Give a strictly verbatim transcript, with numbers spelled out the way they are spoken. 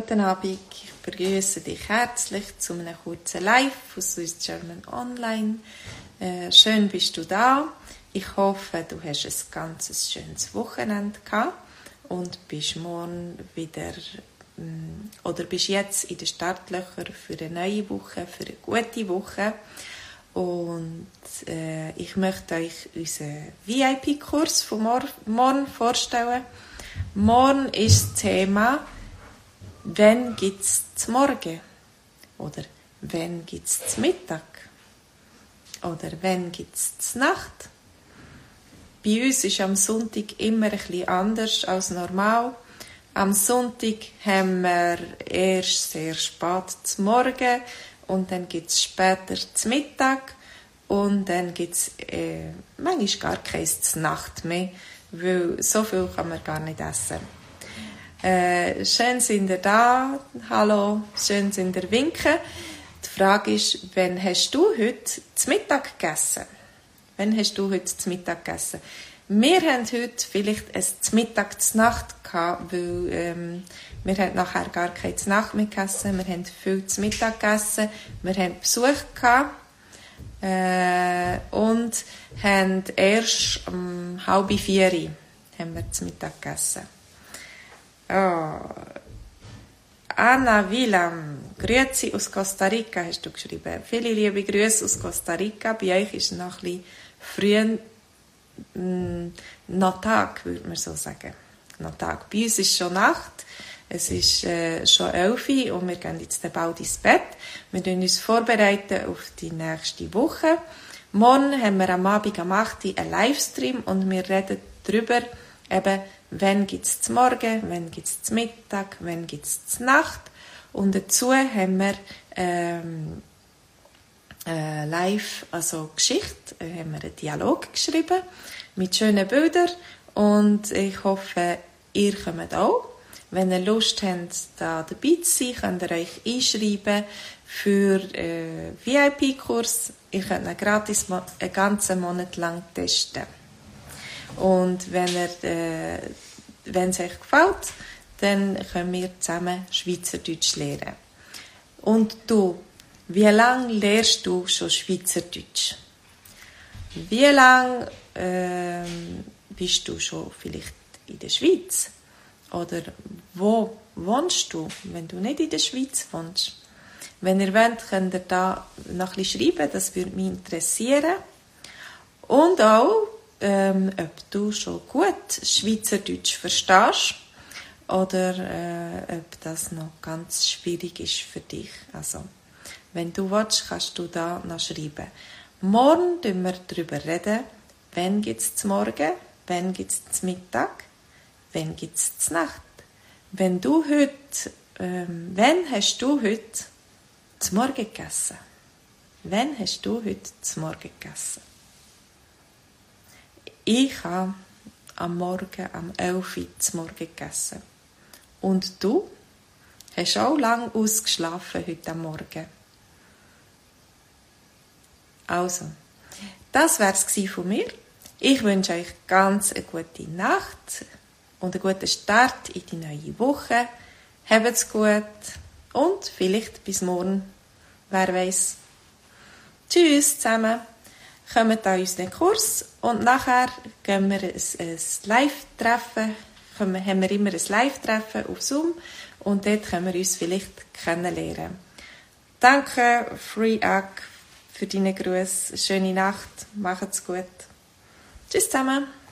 guten Abend. Ich begrüße dich herzlich zu einem kurzen Live von Swiss German Online. Äh, schön bist du da. Ich hoffe, du hast ein ganz schönes Wochenende gehabt und bist morgen wieder mh, oder bist jetzt in den Startlöchern für eine neue Woche, für eine gute Woche. Und äh, ich möchte euch unseren V I P-Kurs von mor- morgen vorstellen. Morgen ist das Thema, wann gibt es zum Morgen? Oder wann gibt es zum Mittag? Oder wann gibt es zur Nacht? Bei uns ist am Sonntag immer ein bisschen anders als normal. Am Sonntag haben wir erst sehr spät zum Morgen und dann gibt es später zum Mittag und dann gibt es äh, manchmal gar keins zur Nacht mehr, weil so viel kann man gar nicht essen. Äh, schön sind ihr da. Hallo, schön sind ihr winken. Die Frage ist, wann hast du heute zum Mittag gegessen? Wann hast du heute zum Mittag gegessen? Wir haben heute vielleicht ein zum Mittag zur Nacht gehabt, weil ähm, wir haben nachher gar kein zur Nacht mehr gegessen. Wir haben viel zum Mittag gegessen. Wir haben Besuch gehabt. Äh, und haben erst um halb vier haben wir zum Mittag gegessen. Oh. Anna Willam, Grüezi aus Costa Rica, hast du geschrieben. Viele liebe Grüße aus Costa Rica. Bei euch ist noch ein bisschen früh, mh, noch Tag, würde man so sagen. Noch Tag. Bei uns ist schon Nacht. Es ist äh, schon elf Uhr und wir gehen jetzt bald ins Bett. Wir vorbereiten uns vorbereiten auf die nächste Woche. Morgen haben wir am Abend am acht Uhr einen Livestream und wir reden darüber, eben, wann gibt es zum Morgen, wann gibt es zum Mittag, wann gibt es zur Nacht. Und dazu haben wir ähm, äh, live, also Geschichte, äh, haben wir einen Dialog geschrieben mit schönen Bildern und ich hoffe, ihr kommt auch. Wenn ihr Lust habt, da dabei zu sein, könnt ihr euch einschreiben für äh, V I P-Kurs. Ihr könnt ihn gratis mo- einen ganzen Monat lang testen. Und wenn ihr, äh, wenn es euch gefällt, dann können wir zusammen Schweizerdeutsch lernen. Und du, wie lange lernst du schon Schweizerdeutsch? Wie lange äh, bist du schon vielleicht in der Schweiz? Oder wo wohnst du, wenn du nicht in der Schweiz wohnst? Wenn ihr wollt, könnt ihr da noch ein bisschen schreiben, das würde mich interessieren. Und auch, ähm, ob du schon gut Schweizerdeutsch verstehst oder äh, ob das noch ganz schwierig ist für dich. Also, wenn du willst, kannst du da noch schreiben. Morgen reden wir darüber reden, wann gibt es zum Morgen, wann gibt es zum Mittag, wann gibt es zur Nacht. Wenn du heute, ähm, wann hast du heute zum Morgen gegessen? Wann hast du heute zum Morgen gegessen? Ich habe am Morgen, am elf Uhr zum Morgen gegessen. Und du? Hast auch lange ausgeschlafen heute am Morgen? Also, das war es von mir. Ich wünsche euch ganz eine gute Nacht und einen guten Start in die neue Woche. Habt's gut und vielleicht bis morgen. Wer weiß. Tschüss zusammen. Kommt an unseren Kurs und nachher gehen wir ein, ein Live-Treffen. Haben wir immer ein Live-Treffen auf Zoom und dort können wir uns vielleicht kennenlernen. Danke, Free Ag, für deine Grüße. Schöne Nacht. Macht's gut. Tschüss zusammen.